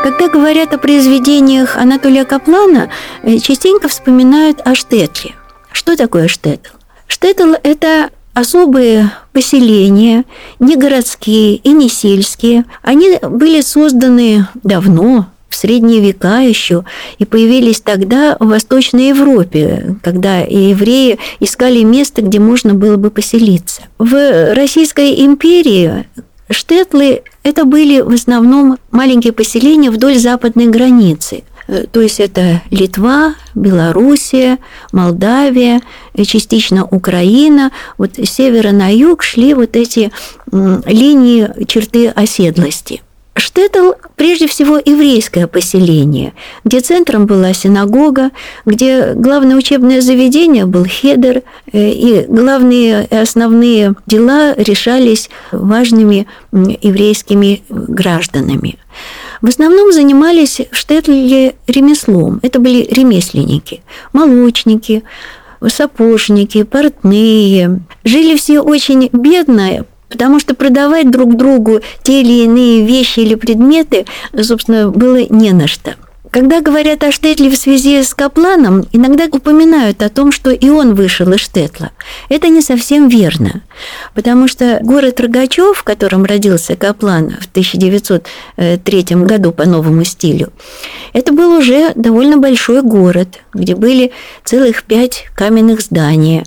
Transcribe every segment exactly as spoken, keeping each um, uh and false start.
Когда говорят о произведениях Анатолия Каплана, частенько вспоминают о Штетле. Что такое Штетл? Штетл – это особые поселения, не городские и не сельские. Они были созданы давно, в средние века еще, и появились тогда в Восточной Европе, когда евреи искали место, где можно было бы поселиться. В Российской империи штетлы – это были в основном маленькие поселения вдоль западной границы. То есть это Литва, Белоруссия, Молдавия, частично Украина. Вот с севера на юг шли вот эти линии черты оседлости. Штетл – прежде всего еврейское поселение, где центром была синагога, где главное учебное заведение был хедер, и главные и основные дела решались важными еврейскими гражданами. В основном занимались в Штетле ремеслом. Это были ремесленники, молочники, сапожники, портные. Жили все очень бедно, потому что продавать друг другу те или иные вещи или предметы, собственно, было не на что. Когда говорят о Штетле в связи с Капланом, иногда упоминают о том, что и он вышел из Штетла. Это не совсем верно, потому что город Рогачев, в котором родился Каплан в тысяча девятьсот третьем году по новому стилю, это был уже довольно большой город, где были целых пять каменных зданий,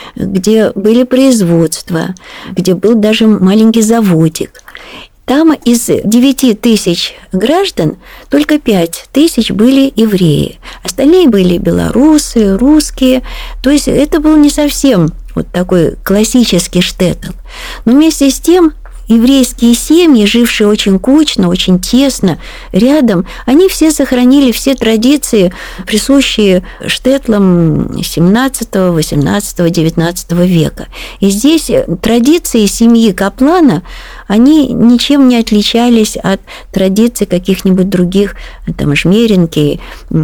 где были производства, где был даже маленький заводик. Там из девяти тысяч граждан только пять тысяч были евреи. Остальные были белорусы, русские. То есть это был не совсем вот такой классический Штетл. Но вместе с тем еврейские семьи, жившие очень кучно, очень тесно рядом, они все сохранили все традиции, присущие штетлам семнадцатого, восемнадцатого, девятнадцатого века. И здесь традиции семьи Каплана, они ничем не отличались от традиций каких-нибудь других, там, Жмеринки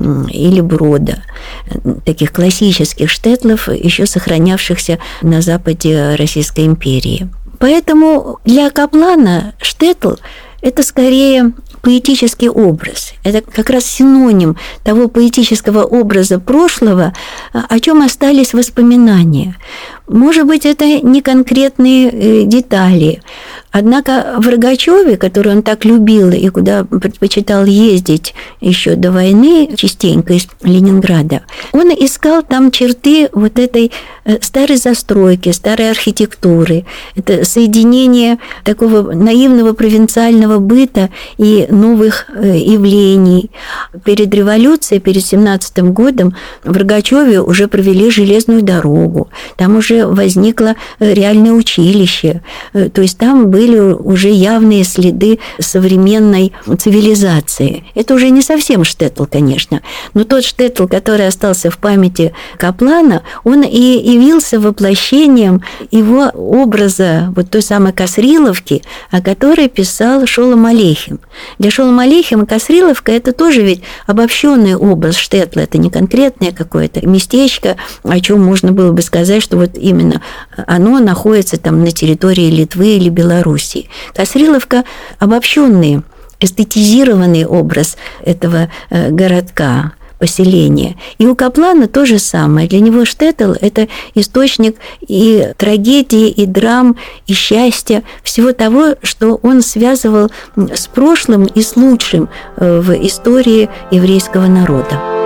или Брода, таких классических штетлов, еще сохранявшихся на западе Российской империи. Поэтому для Каплана Штетл – это скорее поэтический образ. Это как раз синоним того поэтического образа прошлого, о чем остались воспоминания. Может быть, это не конкретные детали. Однако в Рогачеве, который он так любил и куда предпочитал ездить еще до войны, частенько из Ленинграда, он искал там черты вот этой старой застройки, старой архитектуры. Это соединение такого наивного провинциального быта и новых явлений. Перед революцией, перед семнадцатым годом в Рогачеве уже провели железную дорогу. Там уже возникло реальное училище. То есть там были уже явные следы современной цивилизации. Это уже не совсем Штетл, конечно, но тот Штетл, который остался в памяти Каплана, он и явился воплощением его образа вот той самой Касриловки, о которой писал Шолом Алейхем. Для Шолома Алейхема Касриловка – это тоже ведь обобщенный образ Штетла, это не конкретное какое-то местечко, о чем можно было бы сказать, что вот именно оно находится там на территории Литвы или Белоруссии. Касриловка – обобщенный, эстетизированный образ этого городка, поселения. И у Каплана то же самое. Для него Штетл – это источник и трагедии, и драм, и счастья, всего того, что он связывал с прошлым и с лучшим в истории еврейского народа.